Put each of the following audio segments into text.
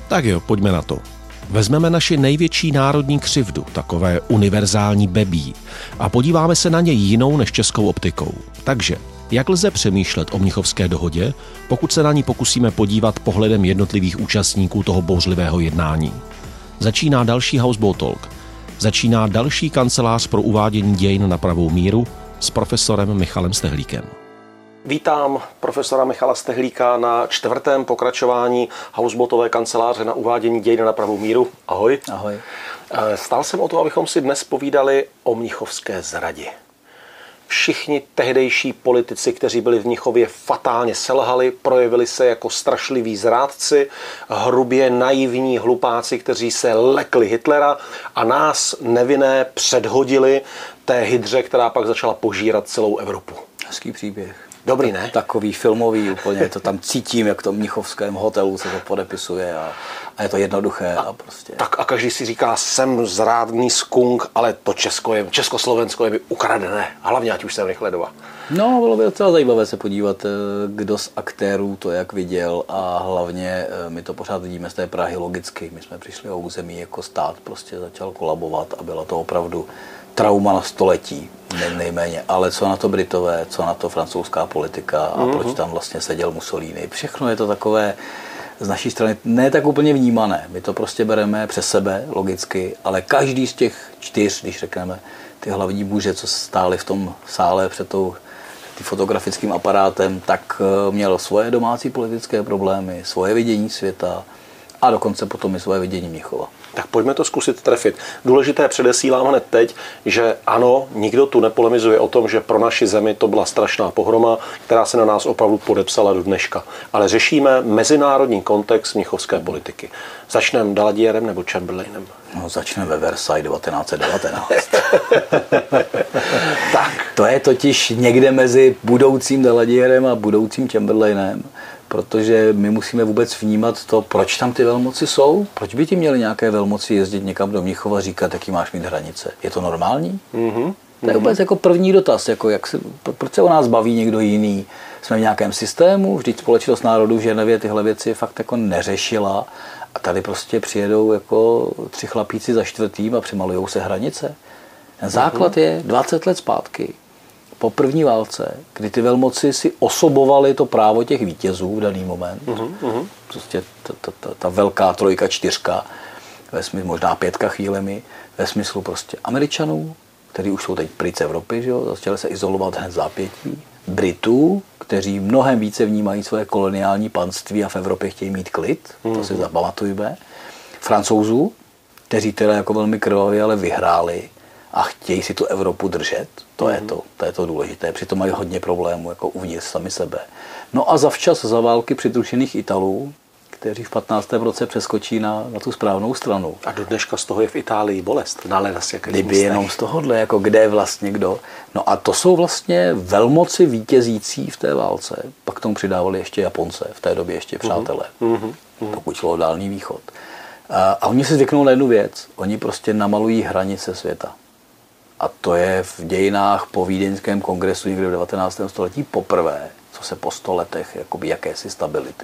Tak jo, pojďme na to. Vezmeme naši největší národní křivdu, takové univerzální bebí, a podíváme se na něj jinou než českou optikou. Takže, jak lze přemýšlet o Mnichovské dohodě, pokud se na ní pokusíme podívat pohledem jednotlivých účastníků toho bouřlivého jednání? Začíná další Houseboat Talk. Začíná další kancelář pro uvádění dějin na pravou míru s profesorem Michalem Stehlíkem. Vítám profesora Michala Stehlíka na 4. pokračování Houseboatové kanceláře na uvádění dějin na pravou míru. Ahoj. Ahoj. Stál jsem o to, abychom si dnes povídali o mnichovské zradě. Všichni tehdejší politici, kteří byli v Mnichově, fatálně selhali, projevili se jako strašliví zrádci, hrubě naivní hlupáci, kteří se lekli Hitlera a nás nevinné předhodili té hydře, která pak začala požírat celou Evropu. Hezký příběh. Dobrý, ne? Takový filmový úplně, to tam cítím, jak v tom mnichovském hotelu se to podepisuje a je to jednoduché a prostě. Tak a každý si říká, jsem zrádný skunk, ale to Československo je mi ukradené. Hlavně, ať už jsem Rychledova. No, bylo by docela zajímavé se podívat, kdo z aktérů to jak viděl a hlavně my to pořád vidíme z té Prahy logicky. My jsme přišli o území jako stát, prostě začal kolabovat a bylo to opravdu trauma na století, nejméně. Ale co na to Britové, co na to francouzská politika a proč tam vlastně seděl Mussolini. Všechno je to takové z naší strany ne tak úplně vnímané. My to prostě bereme přes sebe, logicky, ale každý z těch 4, když řekneme, ty hlavní muže, co stáli v tom sále před tím fotografickým aparátem, tak měl svoje domácí politické problémy, svoje vidění světa a dokonce potom i svoje vidění Mnichova. Tak pojďme to zkusit trefit. Důležité předesílám hned teď, že ano, nikdo tu nepolemizuje o tom, že pro naši zemi to byla strašná pohroma, která se na nás opravdu podepsala do dneška. Ale řešíme mezinárodní kontext mnichovské politiky. Začneme Daladierem nebo Chamberlainem? No, začneme ve Versailles 1919. Tak. To je totiž někde mezi budoucím Daladierem a budoucím Chamberlainem. Protože my musíme vůbec vnímat to, proč tam ty velmoci jsou, proč by ti měli nějaké velmoci jezdit někam do Mnichova a říkat, jaký máš mít hranice. Je to normální? To je vůbec jako první dotaz, jako proč se o nás baví někdo jiný. Jsme v nějakém systému, vždyť Společnost národů v Ženevě tyhle věci fakt jako neřešila a tady prostě přijedou jako 3 chlapíci za 4. a přimalujou se hranice. Ten základ je 20 let zpátky. Po první válce, kdy ty velmoci si osobovaly to právo těch vítězů v daný moment, prostě ta velká 3, 4, ve smyslu možná 5 chvílemi, ve smyslu prostě Američanů, kteří už jsou teď pryč z Evropy, že jo, začali se izolovat hned zápětí, Britů, kteří mnohem více vnímají svoje koloniální panství a v Evropě chtějí mít klid, to si zapamatujme, Francouzů, kteří teda jako velmi krvavě, ale vyhráli a chtějí si tu Evropu držet, to je to důležité, přitom mají hodně problémů jako uvnitř sami sebe. No a zavčas za války přitrušených Italů, kteří v 15. roce přeskočí na tu správnou stranu. A do dneška z toho je v Itálii bolest. Kdyby jenom z tohohle, jako kde je vlastně kdo. No a to jsou vlastně velmoci vítězící v té válce. Pak k tomu přidávali ještě Japonce, v té době ještě přátelé, pokud šlo o Dálný východ. A oni si zvyknou na jednu věc. Oni prostě namalují hranice světa. A to je v dějinách po Vídeňském kongresu někdy v 19. století poprvé, co se po 100 letech jakoby jakési stability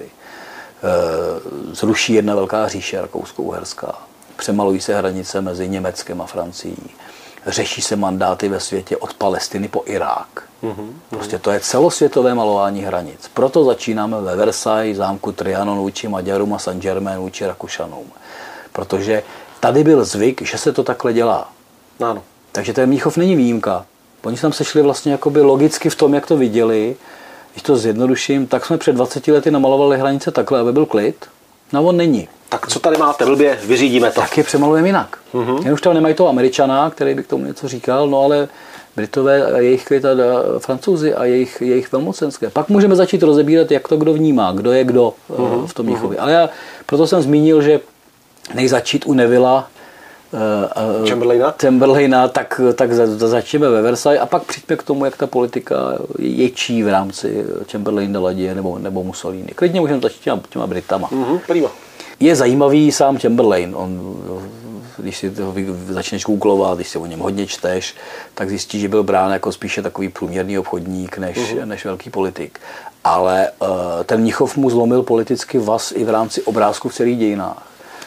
zruší jedna velká říše rakousko-uherská. Přemalují se hranice mezi Německem a Francií. Řeší se mandáty ve světě od Palestiny po Irák. Prostě to je celosvětové malování hranic. Proto začínáme ve Versailles, zámku Trianon vůči Maďarům a Saint-Germain vůči Rakušanům. Protože tady byl zvyk, že se to takhle dělá. Ano. Takže ten Mnichov není výjimka. Oni se tam sešli vlastně jakoby logicky v tom, jak to viděli. Když to zjednoduším, tak jsme před 20 lety namalovali hranice takhle, aby byl klid. No on není. Tak co tady máte, blbě, vyřídíme to. Tak je přemalujeme jinak. Jen už tam nemají toho Američana, který by k tomu něco říkal, no ale Britové a jejich klid a Francouzi a jejich velmocenské. Pak můžeme začít rozebírat, jak to kdo vnímá, kdo je kdo v tom Mnichově. Ale proto jsem zmínil, že než začít u Nevilla, Chamberlaina, tak začneme ve Versailles a pak přijďme k tomu, jak ta politika ječí v rámci Chamberlain, Daladier nebo Mussolini. Klidně můžeme začít těma Britama. Je zajímavý sám Chamberlain. On, když si to začneš googlovat, když si o něm hodně čteš, tak zjistíš, že byl brán jako spíše takový průměrný obchodník než velký politik. Ale ten Mnichov mu zlomil politicky vaz i v rámci obrázku v celých dějinách.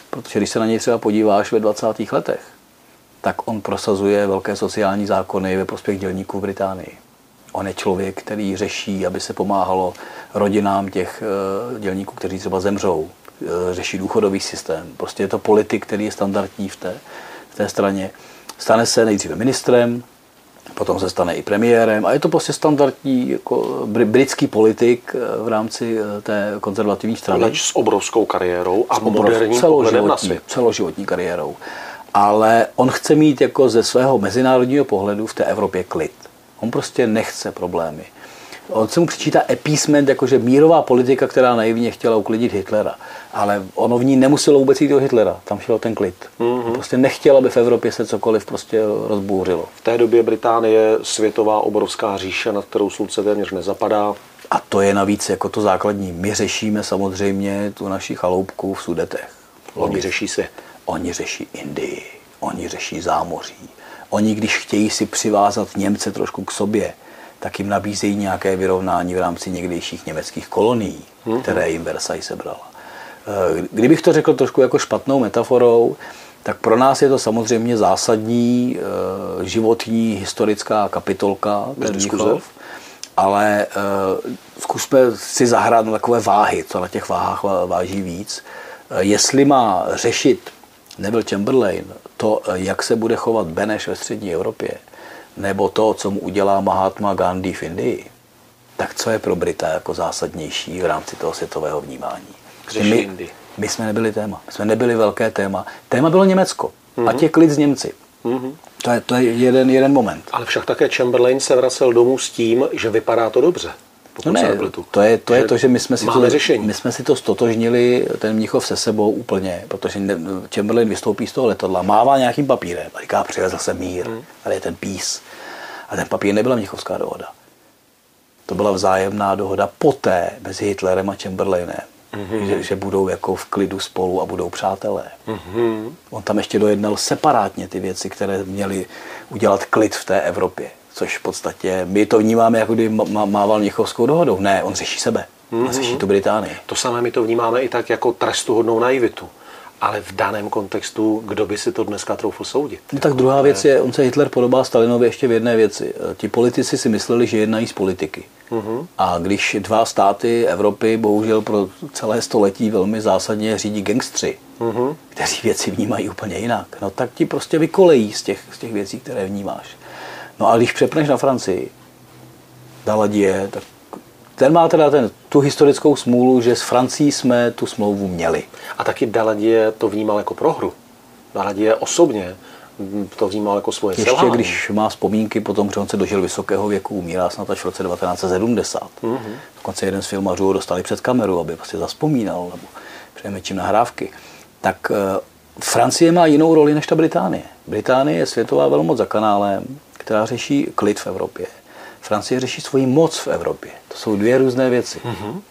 Protože když se na něj třeba podíváš ve 20. letech, tak on prosazuje velké sociální zákony ve prospěch dělníků v Británii. On je člověk, který řeší, aby se pomáhalo rodinám těch dělníků, kteří třeba zemřou. Řeší důchodový systém. Prostě je to politik, který je standardní v té straně. Stane se nejdříve ministrem, potom se stane i premiérem a je to prostě standardní jako britský politik v rámci té konzervativní strany. Leč s obrovskou kariérou a moderním pohledem na svět. Celoživotní kariérou. Ale on chce mít jako ze svého mezinárodního pohledu v té Evropě klid. On prostě nechce problémy. On se mu přičítá appeasement, jakože mírová politika, která naivně chtěla uklidit Hitlera. Ale ono v ní nemuselo vůbec jít do Hitlera. Tam šel ten klid. On prostě nechtěl, aby v Evropě se cokoliv prostě rozbouřilo. V té době Británie světová obrovská říše, nad kterou slunce téměř nezapadá. A to je navíc jako to základní. My řešíme samozřejmě tu naši chaloupku v Sudetech. Oni řeší svět. Oni řeší Indii. Oni řeší zámoří. Oni, když chtějí si přivázat Němce trošku k sobě, tak jim nabízejí nějaké vyrovnání v rámci někdejších německých kolonií, které jim Versailles sebrala. Kdybych to řekl trošku jako špatnou metaforou, tak pro nás je to samozřejmě zásadní životní historická kapitolka, ten Mnichov, ale zkusme si zahrát na takové váhy, co na těch váhách váží víc. Jestli má řešit Neville Chamberlain to, jak se bude chovat Beneš ve střední Evropě, nebo to, co mu udělá Mahatma Gandhi v Indii, tak co je pro Brita jako zásadnější v rámci toho světového vnímání? My jsme nebyli téma. My jsme nebyli velké téma. Téma bylo Německo. A těch klid z Němci. To je jeden moment. Ale však také Chamberlain se vracel domů s tím, že vypadá to dobře. No ne, to je to, že my jsme si to stotožnili, ten Mnichov se sebou úplně, protože Chamberlain vystoupí z toho letadla, mává nějakým papírem a říká, přivezl jsem mír, tady je ten peace. A ten papír nebyla Mnichovská dohoda. To byla vzájemná dohoda poté mezi Hitlerem a Chamberlainem, že budou jako v klidu spolu a budou přátelé. On tam ještě dojednal separátně ty věci, které měly udělat klid v té Evropě. Což v podstatě my to vnímáme, jako kdyby mával Mnichovskou dohodou. Ne, on řeší sebe. On řeší tu Británii. To samé my to vnímáme i tak jako trestuhodnou naivitu. Ale v daném kontextu, kdo by si to dneska troufl soudit? No tak druhá věc je, on se Hitler podobá Stalinovi ještě v jedné věci. Ti politici si mysleli, že jednají z politiky. A když dva státy Evropy bohužel pro celé století velmi zásadně řídí gangstři, kteří věci vnímají úplně jinak, no tak ti prostě vykolejí z těch věcí, které vnímáš. No a když přepneš na Francii, Daladier, tak ten má teda tu historickou smůlu, že s Francií jsme tu smlouvu měli. A taky Daladier to vnímal jako prohru. Daladier osobně to vnímal jako svoje selhání. Ještě když má vzpomínky potom, že on se dožil vysokého věku, umírá snad až v roce 1970. Dokonce jeden z filmařů ho dostali před kameru, aby prostě zazpomínal, nebo přinejmenším nahrávky. Tak Francie má jinou roli než ta Británie. Británie je světová velmoc za kanálem, která řeší klid v Evropě. Francie řeší svoji moc v Evropě. To jsou dvě různé věci.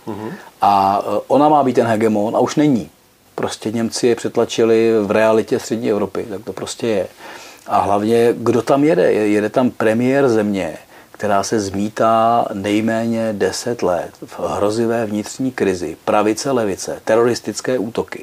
A ona má být ten hegemon a už není. Prostě Němci je přetlačili v realitě střední Evropy, tak to prostě je. A hlavně, kdo tam jede? Jede tam premiér země, která se zmítá nejméně 10 let v hrozivé vnitřní krizi, pravice, levice, teroristické útoky,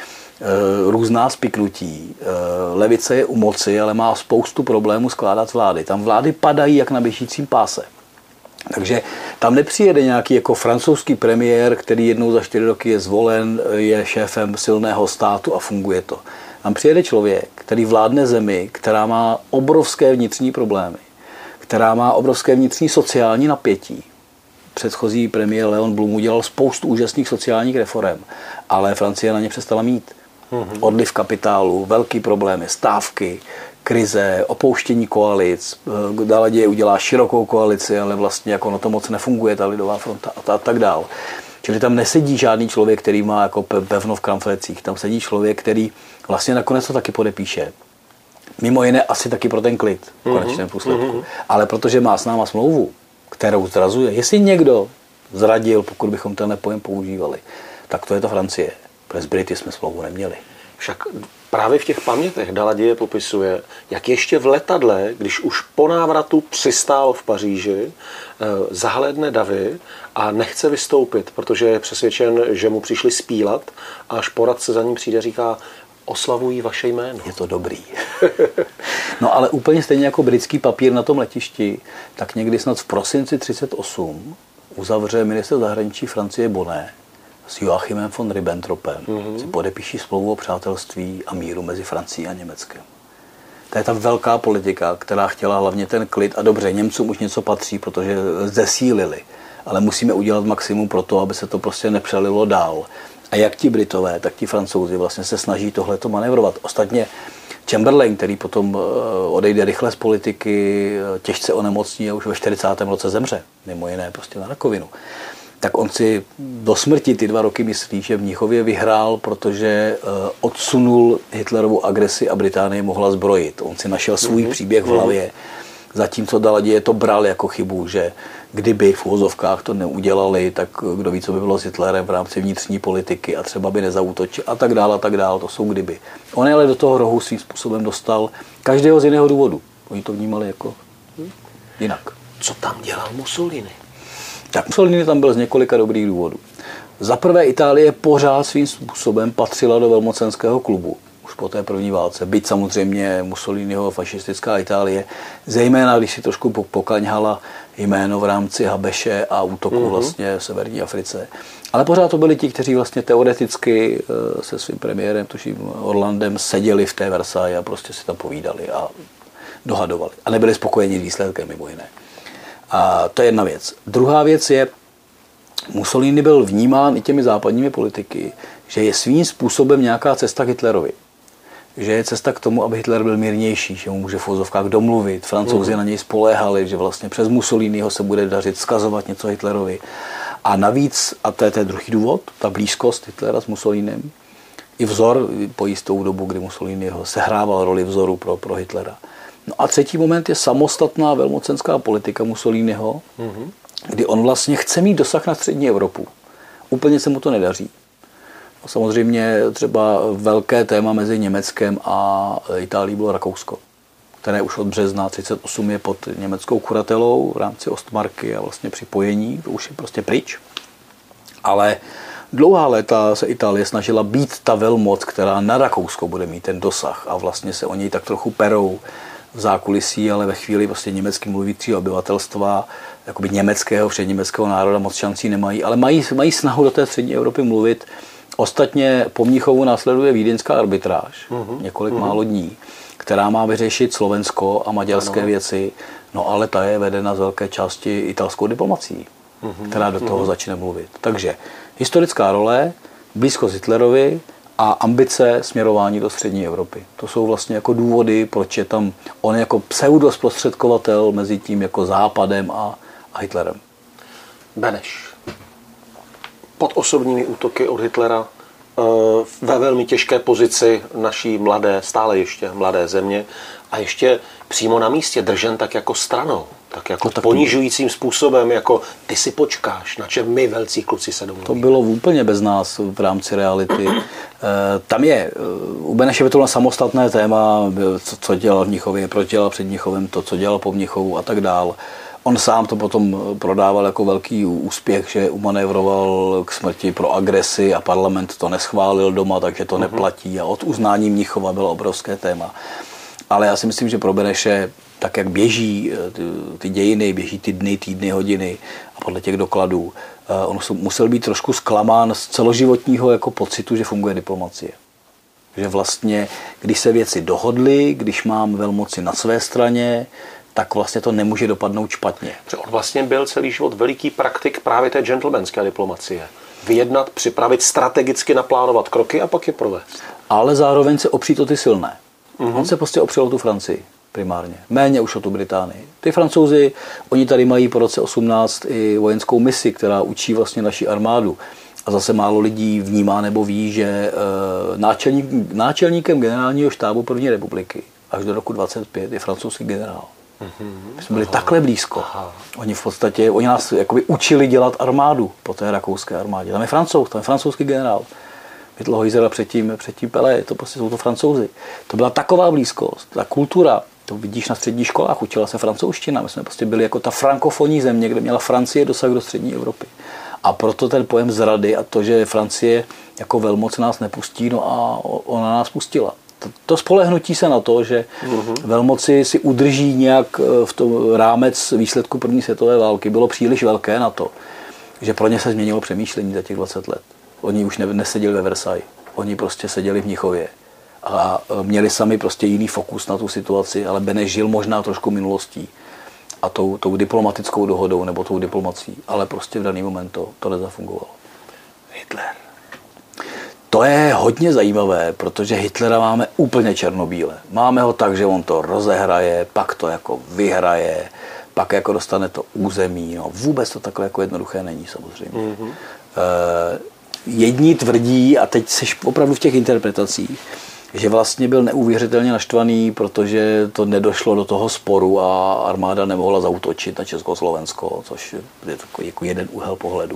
různá spiknutí. Levice je u moci, ale má spoustu problémů skládat vlády. Tam vlády padají jak na běžícím páse. Takže tam nepřijede nějaký jako francouzský premiér, který jednou za 4 roky je zvolen, je šéfem silného státu a funguje to. Tam přijede člověk, který vládne zemi, která má obrovské vnitřní problémy, která má obrovské vnitřní sociální napětí. Předchozí premiér Leon Blum udělal spoustu úžasných sociálních reforem, ale Francie na ně přestala mít. Odliv kapitálu, velký problémy, stávky, krize, opouštění koalic, Daladier udělá širokou koalici, ale vlastně jako na to moc nefunguje ta lidová fronta a tak dál. Čili tam nesedí žádný člověk, který má jako pevno v kramflecích, tam sedí člověk, který vlastně nakonec to taky podepíše. Mimo jiné asi taky pro ten klid v konečném důsledku. Ale protože má s náma smlouvu, kterou zrazuje, jestli někdo zradil, pokud bychom tenhle pojem používali, tak to je ta Francie. Protože s Brity jsme smlouvu neměli. Však právě v těch pamětech Daladier popisuje, jak ještě v letadle, když už po návratu přistál v Paříži, zahlédne davy a nechce vystoupit, protože je přesvědčen, že mu přišli spílat a až poradce za ním přijde a říká, oslavují vaše jméno. Je to dobrý. No ale úplně stejně jako britský papír na tom letišti, tak někdy snad v prosinci 1938 uzavře ministr zahraničí Francie Bonnet s Joachimem von Ribbentropem si podepíší smlouvu o přátelství a míru mezi Francií a Německem. To je ta velká politika, která chtěla hlavně ten klid. A dobře, Němcům už něco patří, protože zesílili. Ale musíme udělat maximum pro to, aby se to prostě nepřelilo dál. A jak ti Britové, tak ti Francouzi vlastně se snaží tohleto manévrovat. Ostatně Chamberlain, který potom odejde rychle z politiky, těžce onemocní a už ve 40. roce zemře, mimo jiné prostě na rakovinu, tak on si do smrti ty 2 roky myslí, že v Mnichově vyhrál, protože odsunul Hitlerovu agresi a Británie mohla zbrojit. On si našel svůj příběh v hlavě, zatímco Daladier to bral jako chybu, že kdyby v uvozovkách to neudělali, tak kdo ví, co by bylo s Hitlerem v rámci vnitřní politiky a třeba by nezaútočil a tak dále, to jsou kdyby. On ale do toho rohu svým způsobem dostal každého z jiného důvodu. Oni to vnímali jako jinak. Co tam dělal Mussolini? Tak Mussolini tam byl z několika dobrých důvodů. Za prvé Itálie pořád svým způsobem patřila do velmocenského klubu. Už po té první válce. Byť samozřejmě Mussoliniho fašistická Itálie, zejména když si trošku pokaňhala jméno v rámci Habeše a útoku vlastně v severní Africe. Ale pořád to byli ti, kteří vlastně teoreticky se svým premiérem, tuším Orlandem, seděli v té Versailles a prostě si tam povídali a dohadovali. A nebyli spokojeni s výsledkem mimo jiné. A to je jedna věc. Druhá věc je, Mussolini byl vnímán i těmi západními politiky, že je svým způsobem nějaká cesta k Hitlerovi. Že je cesta k tomu, aby Hitler byl mírnější, že mu může v uvozovkách domluvit. Francouzi na něj spoléhali, že vlastně přes Mussoliniho se bude dařit vzkazovat něco Hitlerovi. A navíc, a to je ten druhý důvod, ta blízkost Hitlera s Mussolinem, i vzor po jistou dobu, kdy Mussoliniho sehrával roli vzoru pro Hitlera. No a třetí moment je samostatná velmocenská politika Mussoliniho, kdy on vlastně chce mít dosah na střední Evropu. Úplně se mu to nedaří. Samozřejmě třeba velké téma mezi Německem a Itálií bylo Rakousko, které už od března 1938 je pod německou kuratelou v rámci Ostmarky a vlastně připojení, to už je prostě pryč. Ale dlouhá léta se Itálie snažila být ta velmoc, která na Rakousko bude mít ten dosah a vlastně se o něj tak trochu perou v zákulisí, ale ve chvíli prostě německy mluvícího obyvatelstva, jakoby německého, předněmeckého národa moc šancí nemají, ale mají snahu do té střední Evropy mluvit. Ostatně po Mnichovu následuje vídeňská arbitráž, několik málo dní, která má vyřešit Slovensko a maďarské věci, no ale ta je vedena z velké části italskou diplomacií, která do toho začne mluvit. Takže historická role, blízkost Hitlerovi a ambice směrování do střední Evropy. To jsou vlastně jako důvody, proč je tam on jako pseudosprostředkovatel mezi tím jako Západem a Hitlerem. Beneš. Pod osobními útoky od Hitlera ve velmi těžké pozici naší mladé, stále ještě mladé země a ještě přímo na místě držen tak jako stranou, tak jako ponižujícím způsobem, jako ty si počkáš, na čem my velcí kluci se domluví. To bylo úplně bez nás v rámci reality. Tam je u Beneše to samostatné téma, co dělal v Mnichově, proč dělal před Mnichovem, to, co dělal po Mnichovu a tak dál. On sám to potom prodával jako velký úspěch, že umanévroval k smrti pro agresi a parlament to neschválil doma, takže to neplatí a od uznání Mnichova bylo obrovské téma. Ale já si myslím, že pro Beneše, tak jak běží ty dějiny, běží ty dny, týdny, hodiny a podle těch dokladů, on musel být trošku zklamán z celoživotního jako pocitu, že funguje diplomacie. Že vlastně, když se věci dohodly, když mám velmoci na své straně, tak vlastně to nemůže dopadnout špatně. On vlastně byl celý život veliký praktik právě té gentlemanské diplomacie. Vyjednat, připravit, strategicky naplánovat kroky a pak je provést. Ale zároveň se opřít o ty silné. On se prostě opřel o tu Francii primárně. Méně už o tu Británii. Ty Francouzi, oni tady mají po roce 18 i vojenskou misi, která učí vlastně naši armádu. A zase málo lidí vnímá nebo ví, že náčelníkem generálního štábu první republiky až do roku 25 je francouzský generál. My jsme byli takhle blízko. Oni nás jakoby učili dělat armádu po té rakouské armádě. Tam je Francouz, tam je francouzský generál. Mittelheusera předtím Pelé, to prostě jsou to Francouzi. To byla taková blízkost, ta kultura, to vidíš na středních školách, učila se francouzština, my jsme prostě byli jako ta frankofonní země, kde měla Francie dosah do střední Evropy. A proto ten pojem zrady a to, že Francie jako velmoc nás nepustí, no a ona nás pustila. To spolehnutí se na to, že velmoci si udrží nějak v tom rámec výsledku první světové války, bylo příliš velké na to, že pro ně se změnilo přemýšlení za těch 20 let. Oni už neseděli ve Versailles, oni prostě seděli v Mnichově a měli sami prostě jiný fokus na tu situaci, ale Beneš žil možná trošku minulostí a tou diplomatickou dohodou nebo tou diplomací, ale prostě v daný moment to nezafungovalo. Hitler. To je hodně zajímavé, protože Hitlera máme úplně černobíle. Máme ho tak, že on to rozehraje, pak to jako vyhraje, pak jako dostane to území. No, vůbec to takhle jako jednoduché není samozřejmě. Jedni tvrdí, a teď jsi opravdu v těch interpretacích, že vlastně byl neuvěřitelně naštvaný, protože to nedošlo do toho sporu a armáda nemohla zaútočit na Československo, což je takový jako jeden úhel pohledu.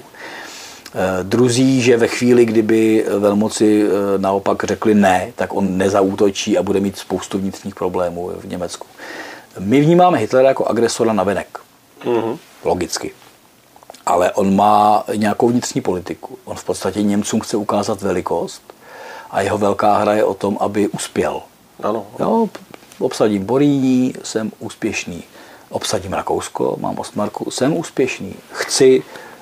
Druzí, že ve chvíli, kdyby velmoci naopak řekli ne, tak on nezaútočí a bude mít spoustu vnitřních problémů v Německu. My vnímáme Hitlera jako agresora navenek. Logicky. Ale on má nějakou vnitřní politiku. On v podstatě Němcům chce ukázat velikost a jeho velká hra je o tom, aby uspěl. Ano. Jo, obsadím Boríní, jsem úspěšný. Obsadím Rakousko, mám Ostmarku, jsem úspěšný. Chci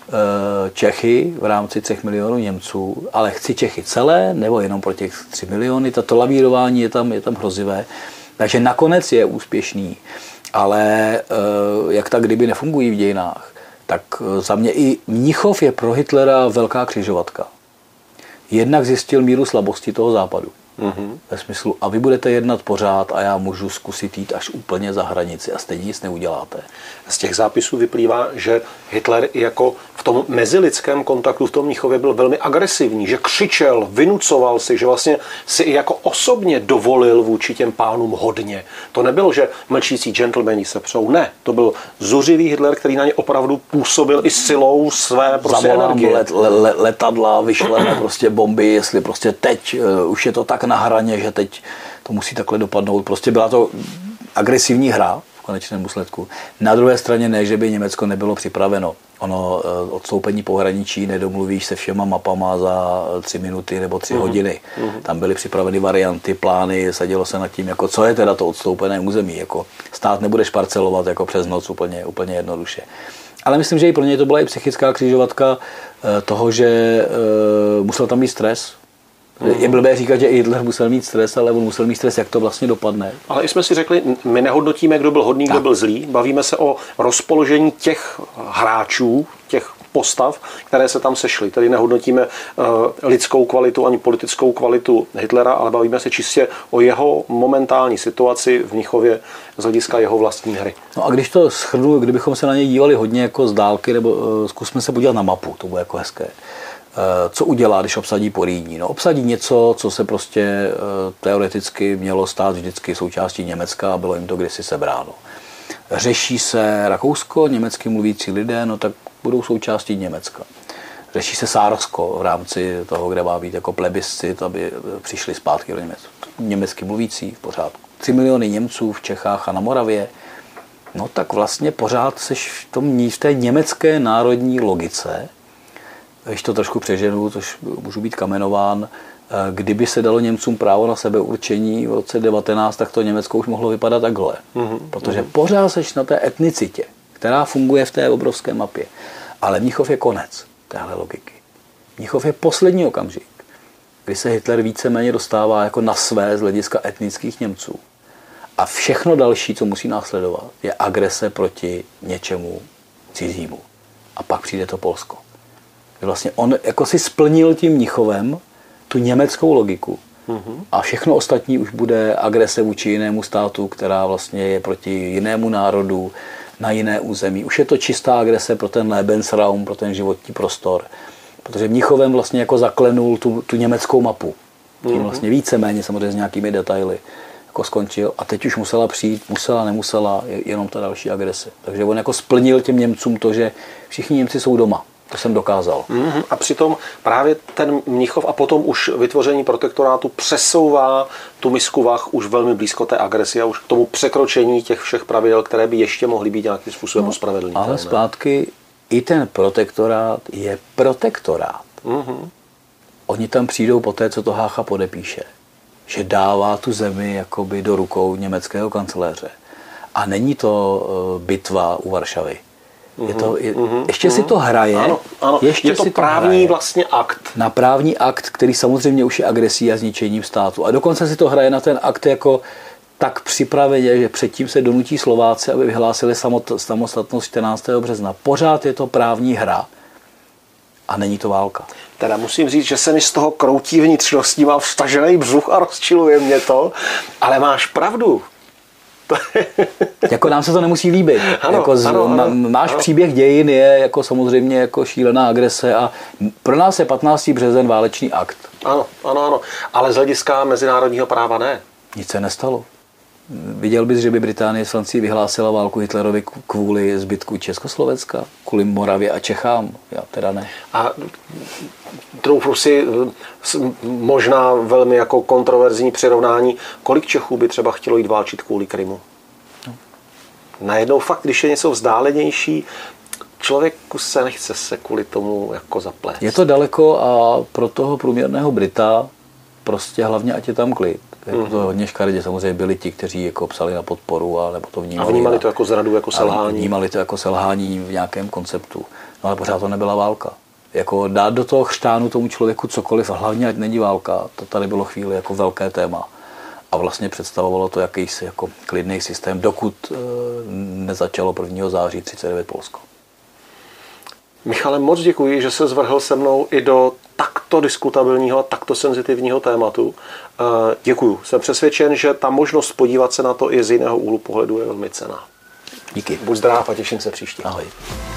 Čechy v rámci 3 milionů Němců, ale chci Čechy celé, nebo jenom pro těch 3 miliony. Tato lavírování je tam hrozivé. Takže nakonec je úspěšný. Ale jak tak kdyby nefungují v dějinách, tak za mě i Mnichov je pro Hitlera velká křižovatka. Jednak zjistil míru slabosti toho západu. Ve smyslu, a vy budete jednat pořád a já můžu zkusit jít až úplně za hranici a stejně nic neuděláte. Z těch zápisů vyplývá, že Hitler jako v tom mezilidském kontaktu v tom Mnichově byl velmi agresivní, že křičel, vynucoval si, že vlastně si i jako osobně dovolil vůči těm pánům hodně. To nebylo, že mlčící gentlemani se přou. Ne, to byl zuřivý Hitler, který na ně opravdu působil i silou své prostě energie. Letadla, vyšleme prostě bomby, jestli prostě teď už je to tak na hraně, že teď to musí takhle dopadnout. Prostě byla to agresivní hra v konečném důsledku. Na druhé straně ne, že by Německo nebylo připraveno. Ono odstoupení pohraničí nedomluvíš se všema mapama za 3 minuty nebo 3 hodiny. Tam byly připraveny varianty, plány, sedělo se nad tím, jako co je teda to odstoupené území. Jako stát nebudeš parcelovat jako přes noc úplně jednoduše. Ale myslím, že i pro něj to byla i psychická křižovatka toho, že musel tam být stres. Je blbé říkat, že Hitler musel mít stres, ale on musel mít stres, jak to vlastně dopadne. Ale i jsme si řekli, my nehodnotíme, kdo byl hodný, kdo byl zlý. Bavíme se o rozpoložení těch hráčů, těch postav, které se tam sešly. Tady nehodnotíme lidskou kvalitu ani politickou kvalitu Hitlera, ale bavíme se čistě o jeho momentální situaci v Mnichově z hlediska jeho vlastní hry. No a když to shrnu, kdybychom se na něj dívali hodně jako z dálky, nebo zkusme se podívat na mapu, to bude jako hezké. Co udělá, když obsadí Porýní? No, obsadí něco, co se prostě teoreticky mělo stát vždycky součástí Německa a bylo jim to kdysi sebráno. Řeší se Rakousko, německy mluvící lidé, no tak budou součástí Německa. Řeší se Sársko v rámci toho, kde má být jako plebiscit, aby přišli zpátky do Německa. Německy mluvící v pořádku. 3 miliony Němců v Čechách a na Moravě. No tak vlastně pořád seš v té německé národní logice. Když to trošku přeženu, což můžu být kamenován, kdyby se dalo Němcům právo na sebeurčení v roce 19, tak to Německo už mohlo vypadat takhle. Protože pořád seš na té etnicitě, která funguje v té obrovské mapě. Ale Mnichov je konec téhle logiky. Mnichov je poslední okamžik, kdy se Hitler víceméně dostává jako na své z hlediska etnických Němců. A všechno další, co musí následovat, je agrese proti něčemu cizímu. A pak přijde to Polsko. Vlastně on jako si splnil tím Mnichovem tu německou logiku a všechno ostatní už bude agrese vůči jinému státu, která vlastně je proti jinému národu, na jiné území. Už je to čistá agrese pro ten Lebensraum, pro ten životní prostor. Protože Mnichovem vlastně jako zaklenul tu německou mapu. Tím vlastně víceméně samozřejmě s nějakými detaily jako skončil a teď už musela přijít, nemusela, jenom ta další agrese. Takže on jako splnil těm Němcům to, že všichni Němci jsou doma. To jsem dokázal. A přitom právě ten Mnichov a potom už vytvoření protektorátu přesouvá tu misku vah už velmi blízko té agresi a už k tomu překročení těch všech pravidel, které by ještě mohly být nějakým způsobem ospravedlnitelné. Ale zpátky i ten protektorát je protektorát. Oni tam přijdou po té, co to Hácha podepíše, že dává tu zemi jakoby do rukou německého kancléře. A není to bitva u Varšavy. Ještě si to hraje. Ano. Ještě je to právní vlastně akt. Na právní akt, který samozřejmě už je agresí a zničením státu. A dokonce si to hraje na ten akt jako tak připraveně, že předtím se donutí Slováci, aby vyhlásili samostatnost 14. března. Pořád je to právní hra a není to válka. Teda musím říct, že se mi z toho kroutí vnitřností, mám vstažený břuch a rozčiluje mě to, ale máš pravdu. Jako nám se to nemusí líbit. Ano. Náš příběh dějin je jako samozřejmě jako šílená agrese a pro nás je 15. březen válečný akt. Ano. Ale z hlediska mezinárodního práva ne. Nic se nestalo. Viděl bys, že by Británie s Francií vyhlásila válku Hitlerovi kvůli zbytku Československa? Kvůli Moravě a Čechám? Já teda ne. A troufnu si možná velmi jako kontroverzní přirovnání, kolik Čechů by třeba chtělo jít válčit kvůli Krymu? Najednou fakt, když je něco vzdálenější, člověku se nechce se kvůli tomu jako zaplést. Je to daleko a pro toho průměrného Brita prostě hlavně ať je tam klid. Jako to hodně škaredě samozřejmě byli ti, kteří jako psali na podporu a nebo to vnímali. A vnímali to jako zradu, jako selhání. Vnímali to jako selhání v nějakém konceptu. No ale pořád to nebyla válka. Jako dát do toho chřtánu tomu člověku cokoliv, a hlavně ať není válka, to tady bylo chvíli jako velké téma. A vlastně představovalo to jakýsi jako klidný systém, dokud nezačalo 1. září 1939 Polsko. Michale, moc děkuji, že se zvrhl se mnou i do takto diskutabilního a takto senzitivního tématu. Děkuju. Jsem přesvědčen, že ta možnost podívat se na to i z jiného úhlu pohledu je velmi cenná. Díky. Buď zdrav a těším se příště. Ahoj.